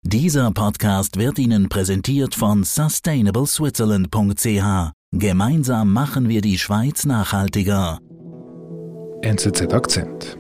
Dieser Podcast wird Ihnen präsentiert von sustainableswitzerland.ch. Gemeinsam machen wir die Schweiz nachhaltiger. NZZ Akzent.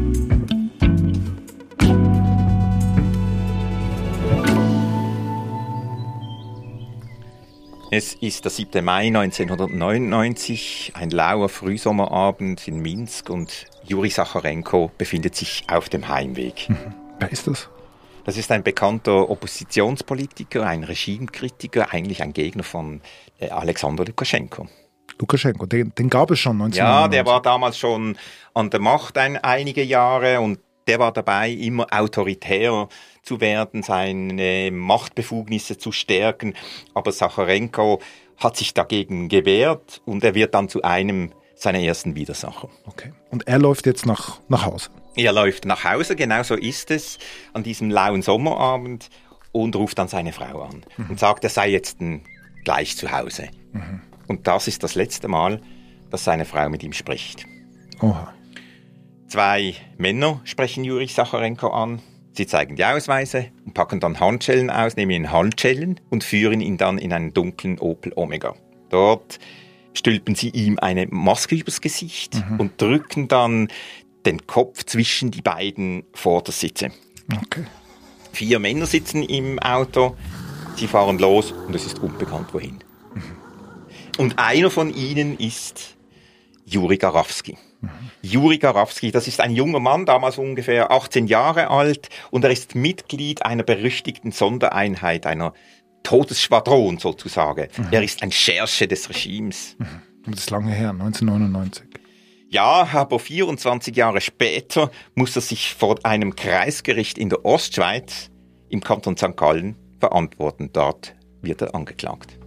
Es ist der 7. Mai 1999, ein lauer Frühsommerabend in Minsk und Juri Sacharenko befindet sich auf dem Heimweg. Wer ist das? Das ist ein bekannter Oppositionspolitiker, ein Regimekritiker, eigentlich ein Gegner von Alexander Lukaschenko. Lukaschenko, den gab es schon 1999. Ja, der war damals schon an der Macht einige Jahre und der war dabei, immer autoritär zu werden, seine Machtbefugnisse zu stärken. Aber Sacharenko hat sich dagegen gewehrt und er wird dann zu einem seiner ersten Widersacher. Okay. Und er läuft jetzt nach Hause? Er läuft nach Hause, genau so ist es, an diesem lauen Sommerabend und ruft dann seine Frau an und sagt, er sei jetzt gleich zu Hause. Und das ist das letzte Mal, dass seine Frau mit ihm spricht. Oha. 2 Männer sprechen Juri Sacharenko an. Sie zeigen die Ausweise und packen dann Handschellen aus, nehmen ihn Handschellen und führen ihn dann in einen dunklen Opel Omega. Dort stülpen sie ihm eine Maske übers Gesicht und drücken dann den Kopf zwischen die beiden Vordersitze. Okay. 4 Männer sitzen im Auto, sie fahren los und es ist unbekannt wohin. Und einer von ihnen ist Juri Garavsky. Juri Garavsky, das ist ein junger Mann, damals ungefähr 18 Jahre alt und er ist Mitglied einer berüchtigten Sondereinheit, einer Todesschwadron sozusagen. Er ist ein Scherge des Regimes. Das ist lange her, 1999. Ja, aber 24 Jahre später muss er sich vor einem Kreisgericht in der Ostschweiz im Kanton St. Gallen verantworten. Dort wird er angeklagt.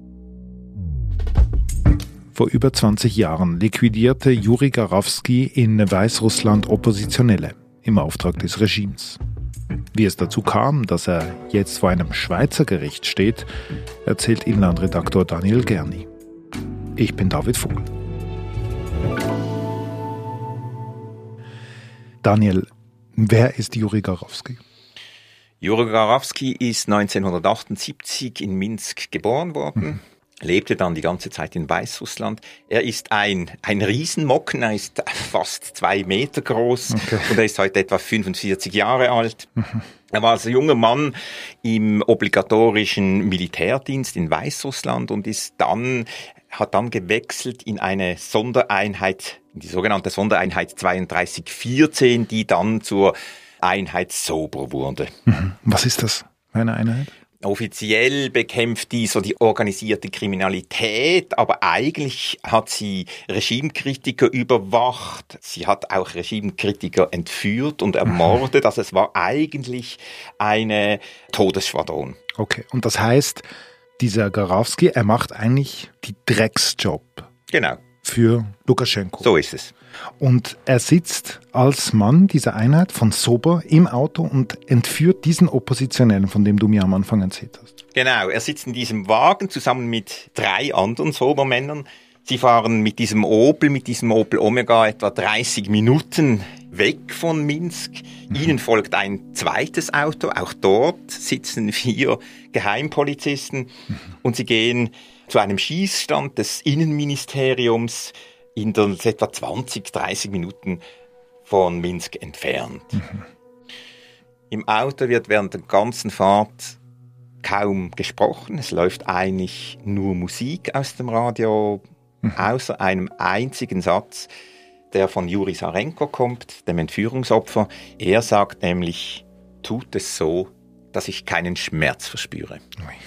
Vor über 20 Jahren liquidierte Juri Garavsky in Weißrussland Oppositionelle im Auftrag des Regimes. Wie es dazu kam, dass er jetzt vor einem Schweizer Gericht steht, erzählt Inlandredaktor Daniel Gerni. Ich bin David Vogel. Daniel, wer ist Juri Garavsky? Juri Garavsky ist 1978 in Minsk geboren worden. Lebte dann die ganze Zeit in Weißrussland. Er ist ein Riesenmocken, er ist fast 2 Meter groß und er ist heute etwa 45 Jahre alt. Er war als junger Mann im obligatorischen Militärdienst in Weißrussland und hat dann gewechselt in eine Sondereinheit, die sogenannte Sondereinheit 3214, die dann zur Einheit Sober wurde. Was ist das für eine Einheit? Offiziell bekämpft die so die organisierte Kriminalität, aber eigentlich hat sie Regimekritiker überwacht. Sie hat auch Regimekritiker entführt und ermordet. Also es war eigentlich eine Todesschwadron. Okay, und das heißt, dieser Garavsky, er macht eigentlich die Drecksjob. Genau. Für Lukaschenko. So ist es. Und er sitzt als Mann dieser Einheit von Sober im Auto und entführt diesen Oppositionellen, von dem du mir am Anfang erzählt hast. Genau, er sitzt in diesem Wagen zusammen mit 3 anderen Sobermännern. Sie fahren mit diesem Opel Omega etwa 30 Minuten weg von Minsk. Ihnen folgt ein zweites Auto, auch dort sitzen 4 Geheimpolizisten und sie gehen zu einem Schießstand des Innenministeriums in der etwa 20-30 Minuten von Minsk entfernt. Im Auto wird während der ganzen Fahrt kaum gesprochen. Es läuft eigentlich nur Musik aus dem Radio, außer einem einzigen Satz, der von Juri Sacharenko kommt, dem Entführungsopfer. Er sagt nämlich, tut es so, dass ich keinen Schmerz verspüre.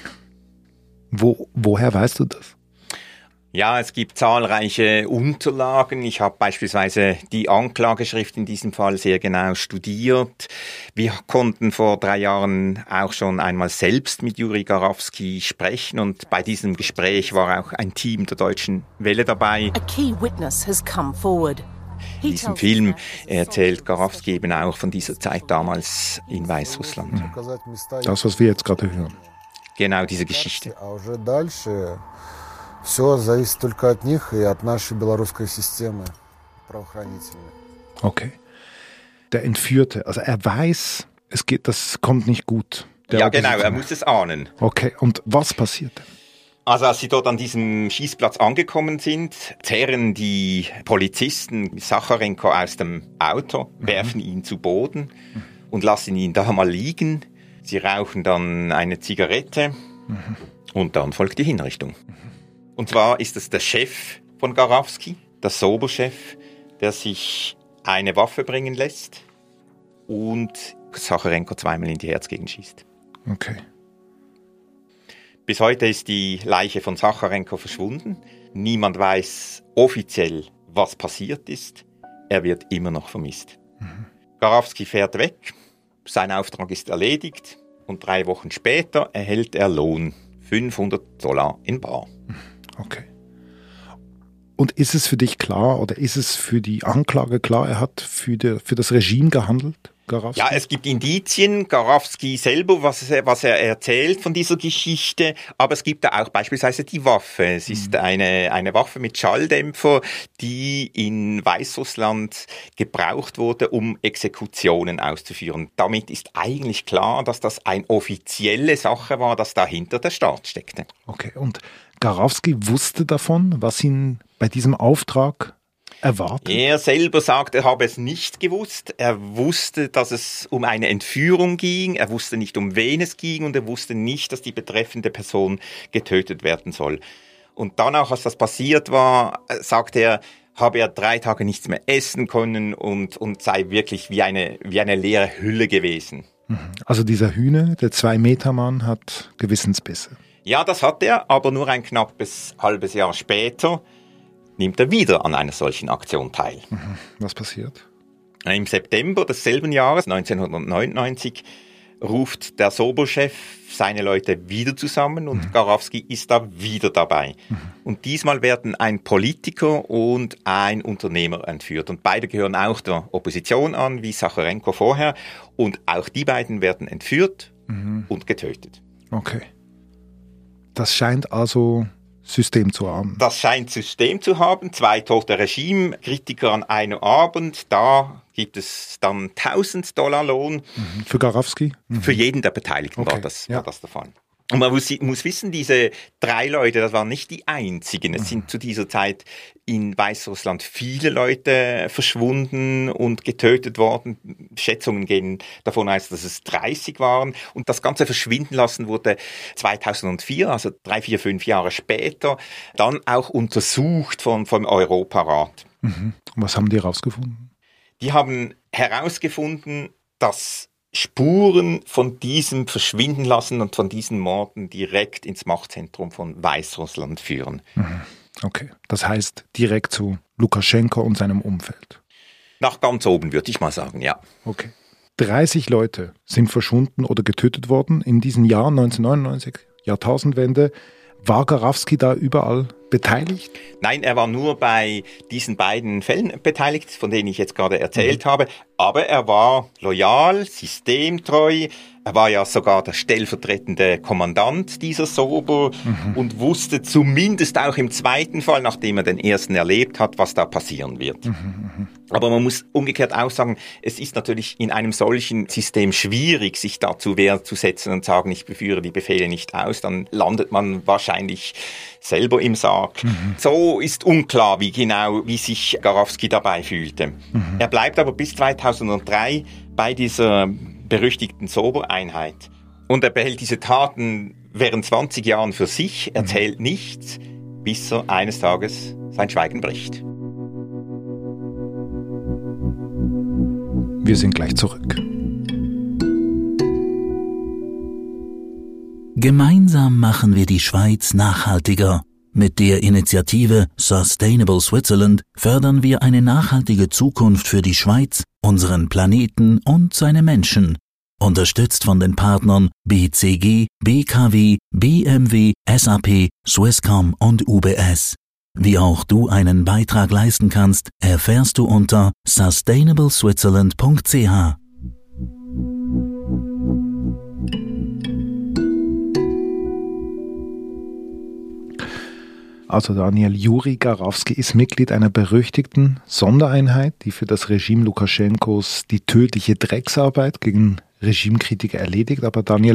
Woher weißt du das? Ja, es gibt zahlreiche Unterlagen. Ich habe beispielsweise die Anklageschrift in diesem Fall sehr genau studiert. Wir konnten vor 3 Jahren auch schon einmal selbst mit Juri Garavsky sprechen und bei diesem Gespräch war auch ein Team der Deutschen Welle dabei. A key witness has come forward. In diesem Film erzählt Garavsky eben auch von dieser Zeit damals in Weißrussland. Das, was wir jetzt gerade hören. Genau diese Geschichte. Все зависит только от них и от нашей белорусской системы правоохранительной. Okay. Der Entführte, also er weiß, das kommt nicht gut. Ja, genau, er muss es ahnen. Okay, und was passierte? Also als sie dort an diesem Schießplatz angekommen sind, zerren die Polizisten Sacharenko aus dem Auto, werfen ihn zu Boden und lassen ihn da mal liegen. Sie rauchen dann eine Zigarette und dann folgt die Hinrichtung. Und zwar ist es der Chef von Garavski, der Sobo-Chef, der sich eine Waffe bringen lässt und Sacharenko zweimal in die Herzgegend schießt. Okay. Bis heute ist die Leiche von Sacharenko verschwunden. Niemand weiß offiziell, was passiert ist. Er wird immer noch vermisst. Garavski fährt weg, sein Auftrag ist erledigt und 3 Wochen später erhält er Lohn, $500 in bar. Okay. Und ist es für dich klar oder ist es für die Anklage klar, er hat für das Regime gehandelt, Garavski? Ja, es gibt Indizien, Garavski selber, was er erzählt von dieser Geschichte, aber es gibt da auch beispielsweise die Waffe. Es ist eine Waffe mit Schalldämpfer, die in Weißrussland gebraucht wurde, um Exekutionen auszuführen. Damit ist eigentlich klar, dass das eine offizielle Sache war, dass dahinter der Staat steckte. Okay, und Garavski wusste davon, was ihn bei diesem Auftrag erwartet? Er selber sagt, er habe es nicht gewusst. Er wusste, dass es um eine Entführung ging. Er wusste nicht, um wen es ging. Und er wusste nicht, dass die betreffende Person getötet werden soll. Und danach, als das passiert war, sagt er, habe er 3 Tage nichts mehr essen können und sei wirklich wie eine leere Hülle gewesen. Also dieser Hühne, der 2-Meter-Mann, hat Gewissensbisse. Ja, das hat er, aber nur ein knappes halbes Jahr später nimmt er wieder an einer solchen Aktion teil. Was passiert? Im September desselben Jahres, 1999, ruft der Sobo-Chef seine Leute wieder zusammen und Garavski ist da wieder dabei. Und diesmal werden ein Politiker und ein Unternehmer entführt. Und beide gehören auch der Opposition an, wie Sacharenko vorher. Und auch die beiden werden entführt und getötet. Okay. Das scheint also System zu haben. Das scheint System zu haben. 2 tote Regime-Kritiker an einem Abend. Da gibt es dann $1000 Lohn. Für Garavski? Für jeden der Beteiligten war das der Fall. Und man muss wissen, diese 3 Leute, das waren nicht die einzigen. Es sind zu dieser Zeit in Weißrussland viele Leute verschwunden und getötet worden. Schätzungen gehen davon aus, dass es 30 waren. Und das ganze Verschwinden lassen wurde 2004, also 3, 4, 5 Jahre später, dann auch untersucht vom Europarat. Und was haben die herausgefunden? Die haben herausgefunden, dass Spuren von diesem Verschwinden lassen und von diesen Morden direkt ins Machtzentrum von Weißrussland führen. Okay, das heißt direkt zu Lukaschenko und seinem Umfeld. Nach ganz oben, würde ich mal sagen, ja. Okay. 30 Leute sind verschwunden oder getötet worden in diesen Jahren 1999, Jahrtausendwende. War Garavski da überall beteiligt? Nein, er war nur bei diesen beiden Fällen beteiligt, von denen ich jetzt gerade erzählt habe. Aber er war loyal, systemtreu. Er war ja sogar der stellvertretende Kommandant dieser Sobo und wusste zumindest auch im zweiten Fall, nachdem er den ersten erlebt hat, was da passieren wird. Aber man muss umgekehrt auch sagen, es ist natürlich in einem solchen System schwierig, sich da zur Wehr zu setzen und sagen, ich führe die Befehle nicht aus. Dann landet man wahrscheinlich selber im Sarg. So ist unklar, wie sich Garavski dabei fühlte. Er bleibt aber bis 2003 bei dieser berüchtigten Sobo-Einheit. Und er behält diese Taten während 20 Jahren für sich, erzählt nichts, bis er eines Tages sein Schweigen bricht. Wir sind gleich zurück. Gemeinsam machen wir die Schweiz nachhaltiger. Mit der Initiative Sustainable Switzerland fördern wir eine nachhaltige Zukunft für die Schweiz, unseren Planeten und seine Menschen. Unterstützt von den Partnern BCG, BKW, BMW, SAP, Swisscom und UBS. Wie auch du einen Beitrag leisten kannst, erfährst du unter sustainableswitzerland.ch. Also Daniel, Juri Garavski ist Mitglied einer berüchtigten Sondereinheit, die für das Regime Lukaschenkos die tödliche Drecksarbeit gegen Regimekritiker erledigt. Aber Daniel,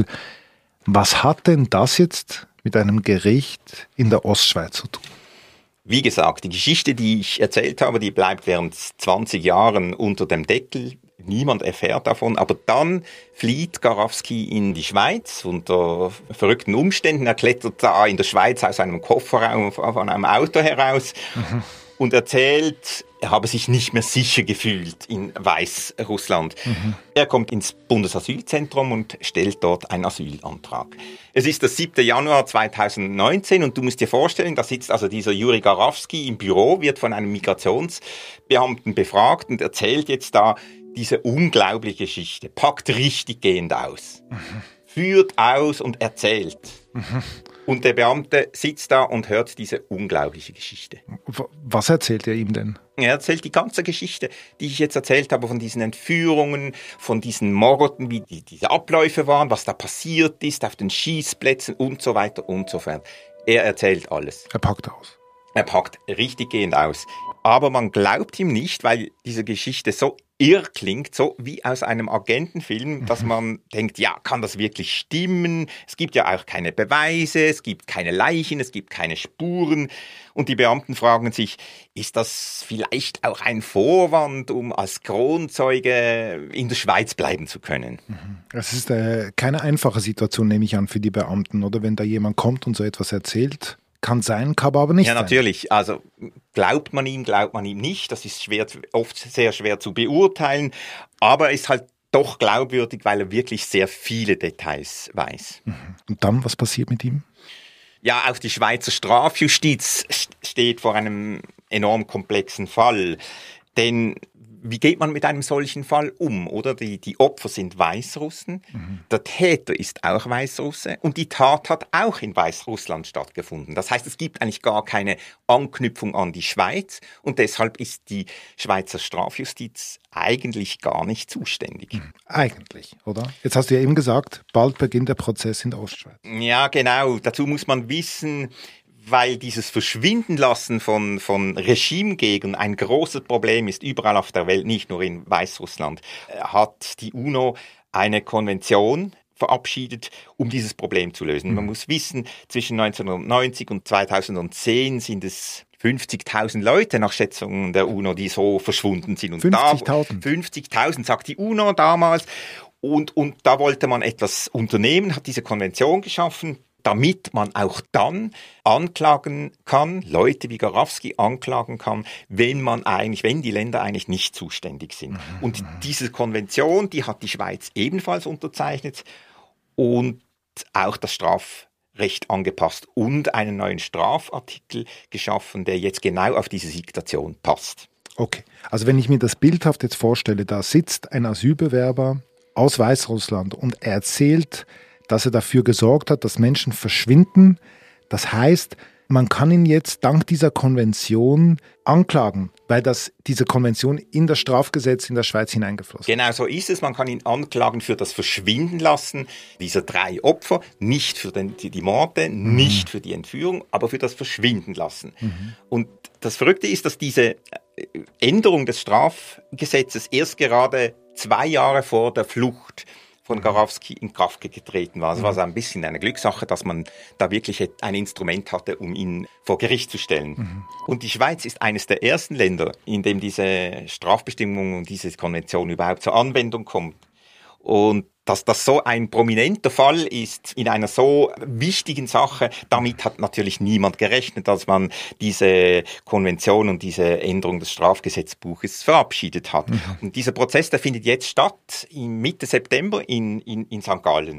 was hat denn das jetzt mit einem Gericht in der Ostschweiz zu tun? Wie gesagt, die Geschichte, die ich erzählt habe, die bleibt während 20 Jahren unter dem Deckel. Niemand erfährt davon. Aber dann flieht Garowski in die Schweiz unter verrückten Umständen. Er klettert da in der Schweiz aus einem Kofferraum von einem Auto heraus und erzählt, er habe sich nicht mehr sicher gefühlt in Weißrussland. Er kommt ins Bundesasylzentrum und stellt dort einen Asylantrag. Es ist das 7. Januar 2019 und du musst dir vorstellen, da sitzt also dieser Juri Garowski im Büro, wird von einem Migrationsbeamten befragt und erzählt jetzt da diese unglaubliche Geschichte, packt richtig gehend aus, führt aus und erzählt. Und der Beamte sitzt da und hört diese unglaubliche Geschichte. Was erzählt er ihm denn? Er erzählt die ganze Geschichte, die ich jetzt erzählt habe, von diesen Entführungen, von diesen Morden, wie diese Abläufe waren, was da passiert ist auf den Schießplätzen und so weiter und so fort. Er erzählt alles. Er packt aus. Er packt richtig gehend aus. Aber man glaubt ihm nicht, weil diese Geschichte so irr klingt, so wie aus einem Agentenfilm, dass man denkt, ja, kann das wirklich stimmen? Es gibt ja auch keine Beweise, es gibt keine Leichen, es gibt keine Spuren. Und die Beamten fragen sich, ist das vielleicht auch ein Vorwand, um als Kronzeuge in der Schweiz bleiben zu können? Es ist keine einfache Situation, nehme ich an, für die Beamten, oder? Wenn da jemand kommt und so etwas erzählt. Kann sein, kann aber nicht sein. Ja, natürlich. Also glaubt man ihm nicht. Das ist oft sehr schwer zu beurteilen. Aber ist halt doch glaubwürdig, weil er wirklich sehr viele Details weiß. Und dann, was passiert mit ihm? Ja, auch die Schweizer Strafjustiz steht vor einem enorm komplexen Fall. Denn wie geht man mit einem solchen Fall um, oder? Die Opfer sind Weißrussen, der Täter ist auch Weißrusse und die Tat hat auch in Weißrussland stattgefunden. Das heißt, es gibt eigentlich gar keine Anknüpfung an die Schweiz und deshalb ist die Schweizer Strafjustiz eigentlich gar nicht zuständig. Eigentlich, oder? Jetzt hast du ja eben gesagt, bald beginnt der Prozess in der Ostschweiz. Ja, genau. Dazu muss man wissen, weil dieses Verschwindenlassen von Regimegegnern ein großes Problem ist, überall auf der Welt, nicht nur in Weißrussland, hat die UNO eine Konvention verabschiedet, um dieses Problem zu lösen. Man muss wissen, zwischen 1990 und 2010 sind es 50.000 Leute nach Schätzungen der UNO, die so verschwunden sind. 50.000? 50.000, sagt die UNO damals. Und da wollte man etwas unternehmen, hat diese Konvention geschaffen, damit man auch dann anklagen kann, Leute wie Garowski anklagen kann, wenn die Länder eigentlich nicht zuständig sind. Und diese Konvention, die hat die Schweiz ebenfalls unterzeichnet und auch das Strafrecht angepasst und einen neuen Strafartikel geschaffen, der jetzt genau auf diese Situation passt. Okay, also wenn ich mir das bildhaft jetzt vorstelle, da sitzt ein Asylbewerber aus Weißrussland und er erzählt, dass er dafür gesorgt hat, dass Menschen verschwinden. Das heißt, man kann ihn jetzt dank dieser Konvention anklagen, weil diese Konvention in das Strafgesetz in der Schweiz hineingeflossen ist. Genau so ist es. Man kann ihn anklagen für das Verschwindenlassen dieser 3 Opfer, nicht für die Morde, nicht für die Entführung, aber für das Verschwindenlassen. Und das Verrückte ist, dass diese Änderung des Strafgesetzes erst gerade 2 Jahre vor der Flucht von Garowski in Kraft getreten war. Es war so ein bisschen eine Glückssache, dass man da wirklich ein Instrument hatte, um ihn vor Gericht zu stellen. Und die Schweiz ist eines der ersten Länder, in dem diese Strafbestimmung und diese Konvention überhaupt zur Anwendung kommt. Und dass das so ein prominenter Fall ist in einer so wichtigen Sache, damit hat natürlich niemand gerechnet, als man diese Konvention und diese Änderung des Strafgesetzbuches verabschiedet hat. Und dieser Prozess, der findet jetzt statt, Mitte September in St. Gallen.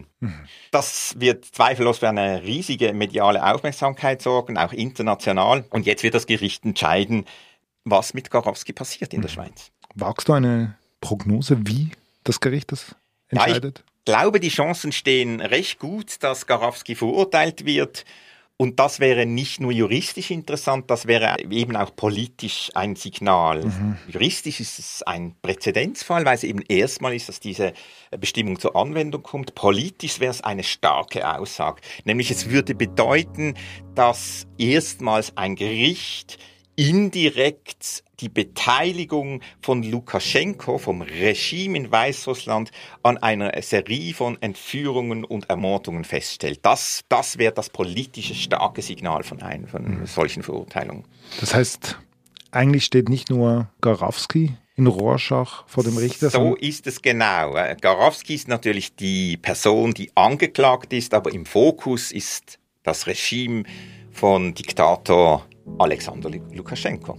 Das wird zweifellos für eine riesige mediale Aufmerksamkeit sorgen, auch international. Und jetzt wird das Gericht entscheiden, was mit Garowski passiert in der Schweiz. Wagst du eine Prognose, wie das Gericht das entscheidet? Ja, ich glaube, die Chancen stehen recht gut, dass Garowski verurteilt wird. Und das wäre nicht nur juristisch interessant, das wäre eben auch politisch ein Signal. Juristisch ist es ein Präzedenzfall, weil es eben erstmal ist, dass diese Bestimmung zur Anwendung kommt. Politisch wäre es eine starke Aussage. Nämlich es würde bedeuten, dass erstmals ein Gericht indirekt die Beteiligung von Lukaschenko, vom Regime in Weißrussland, an einer Serie von Entführungen und Ermordungen feststellt. Das wäre das politische starke Signal von solchen Verurteilungen. Das heißt, eigentlich steht nicht nur Garowski in Rorschach vor dem Richter. So ist es genau. Garowski ist natürlich die Person, die angeklagt ist, aber im Fokus ist das Regime von Diktator Alexander Lukaschenko.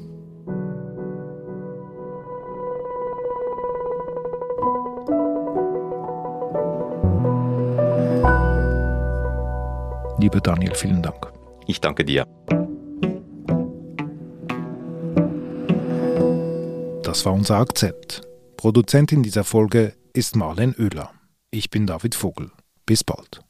Lieber Daniel, vielen Dank. Ich danke dir. Das war unser Akzent. Produzentin dieser Folge ist Marlen Oehler. Ich bin David Vogel. Bis bald.